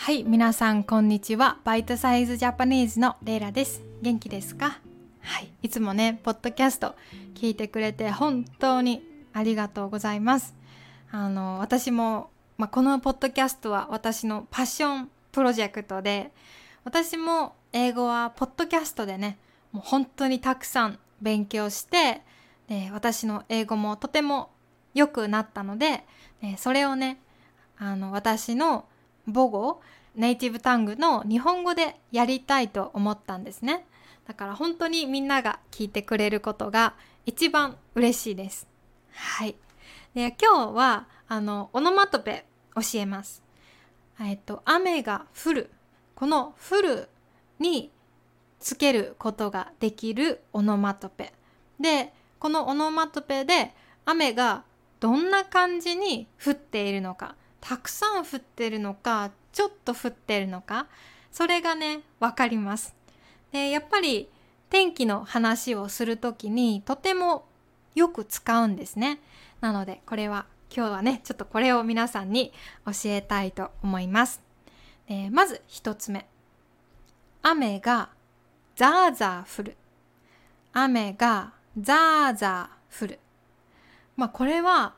はい、皆さんこんにちは。バイトサイズジャパニーズのレイラです。元気ですか？はい、いつもね、ポッドキャスト聞いてくれて本当にありがとうございます。私も、このポッドキャストは私のパッションプロジェクトで、私も英語はポッドキャストでね、もう本当にたくさん勉強して、で私の英語もとても良くなったので、それをね、私の母語、ネイティブタングの日本語でやりたいと思ったんですね。だから本当にみんなが聞いてくれることが一番嬉しいです。はい。で、今日はオノマトペ教えます。雨が降る。この降るにつけることができるオノマトペ。で、このオノマトペで雨がどんな感じに降っているのか、たくさん降っているのか、ちょっと降っているのか、それがね、わかります。で、やっぱり天気の話をするときにとてもよく使うんですね。なので、今日はね、ちょっとこれを皆さんに教えたいと思います。まず一つ目。雨がザーザー降る。雨がザーザー降る。これは、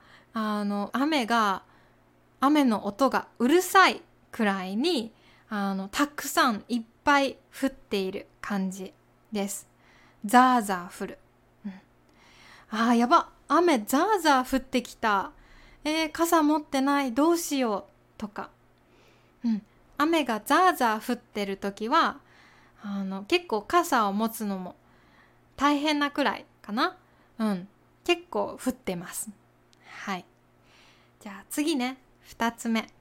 雨の音がうるさいくらいに、たくさんいっぱい降っている感じです。ザーザー降る。やば、雨ザーザー降ってきた。傘持ってない、どうしようとか。雨がザーザー降ってるときは、結構傘を持つのも大変なくらいかな。結構降ってます。はい。じゃあ次ね、二つ目。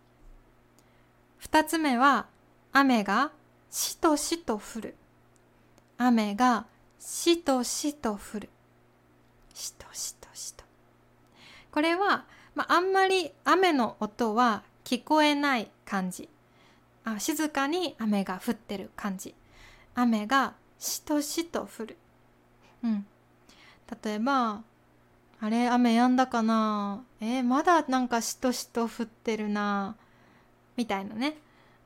二つ目は、雨がしとしと降る。雨がしとしと降る。しとしとしと。これは、あんまり雨の音は聞こえない感じ。静かに雨が降ってる感じ。雨がしとしと降る。例えば、あれ、雨止んだかな？まだなんかしとしと降ってるな。みたいなね。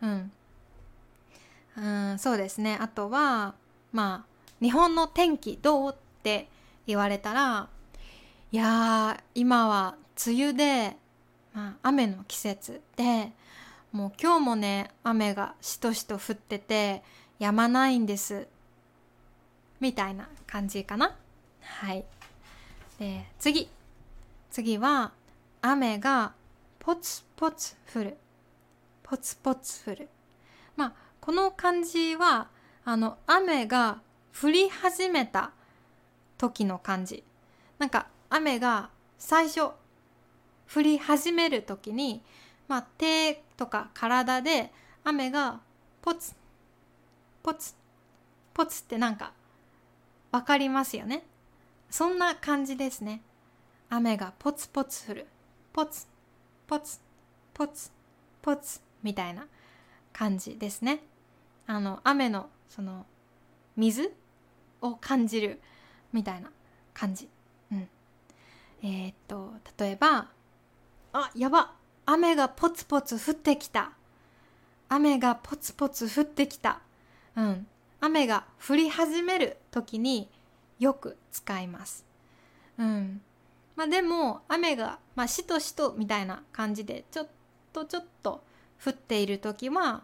そうですね。あとは、日本の天気どうって言われたら、いやー、今は梅雨で、雨の季節で、もう今日もね、雨がしとしと降ってて、止まないんです。みたいな感じかな。はい。で、次は、雨がポツポツ降る。ポツポツ降る。この漢字は、雨が降り始めた時の漢字。なんか、雨が最初、降り始める時に、手とか体で雨がポツ、ポツ、ポツってなんか、わかりますよね。そんな感じですね。雨がポツポツ降る。ポツ、ポツ、ポツ、ポツみたいな感じですね。雨のその水を感じるみたいな感じ。例えば、やば、雨がポツポツ降ってきた。雨がポツポツ降ってきた。雨が降り始める時によく使います。でも雨が、しとしとみたいな感じでちょっと降っている時は、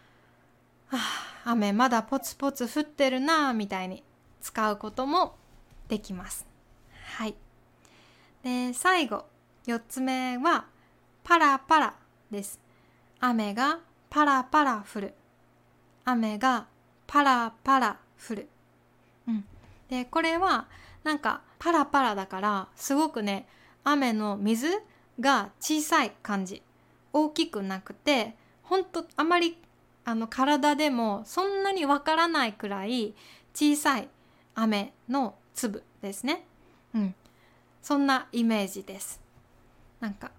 雨まだポツポツ降ってるなみたいに使うこともできます。はい。で、最後4つ目はパラパラです。雨がパラパラ降る。雨がパラパラ降る。で、これはなんかパラパラだからすごくね、雨の水が小さい感じ。大きくなくて、ほんとあまり体でもそんなにわからないくらい小さい雨の粒ですね。そんなイメージです。なんか、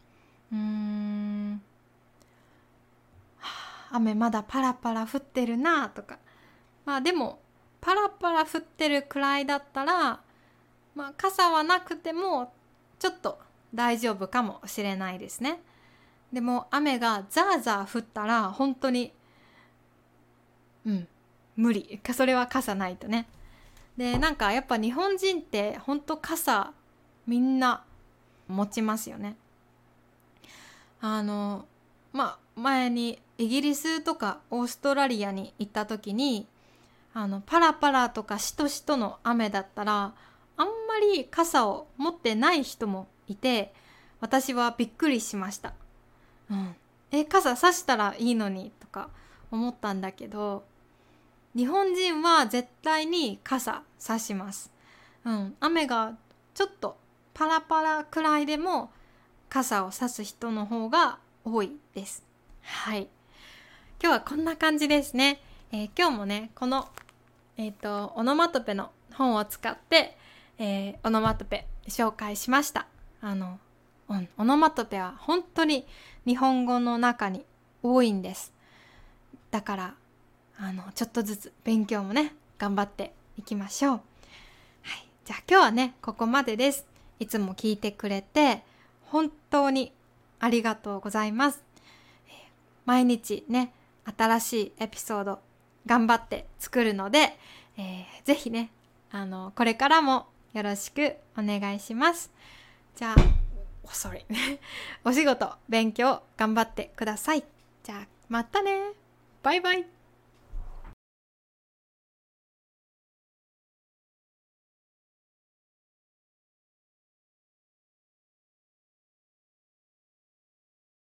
雨まだパラパラ降ってるなとか。でもパラパラ降ってるくらいだったら、傘はなくてもちょっと大丈夫かもしれないですね。 でも雨がザーザー降ったら本当に無理。それは傘ないとね。でなんかやっぱ日本人って本当傘みんな持ちますよね。前にイギリスとかオーストラリアに行った時にパラパラとかしとしとの雨だったらあんまり傘を持ってない人もいて、私はびっくりしました。傘さしたらいいのにとか思ったんだけど、日本人は絶対に傘さします。雨がちょっとパラパラくらいでも傘をさす人の方が多いです。はい。今日はこんな感じですね。今日もねこの、オノマトペの本を使って、オノマトペ紹介しました。オノマトペは本当に日本語の中に多いんです。だからちょっとずつ勉強もね頑張っていきましょう。はい、じゃあ今日はねここまでです。いつも聞いてくれて本当にありがとうございます。毎日ね新しいエピソード頑張って作るので、ぜひねこれからもよろしくお願いします。じゃあお仕事勉強頑張ってください。じゃあまたね。バイバイ。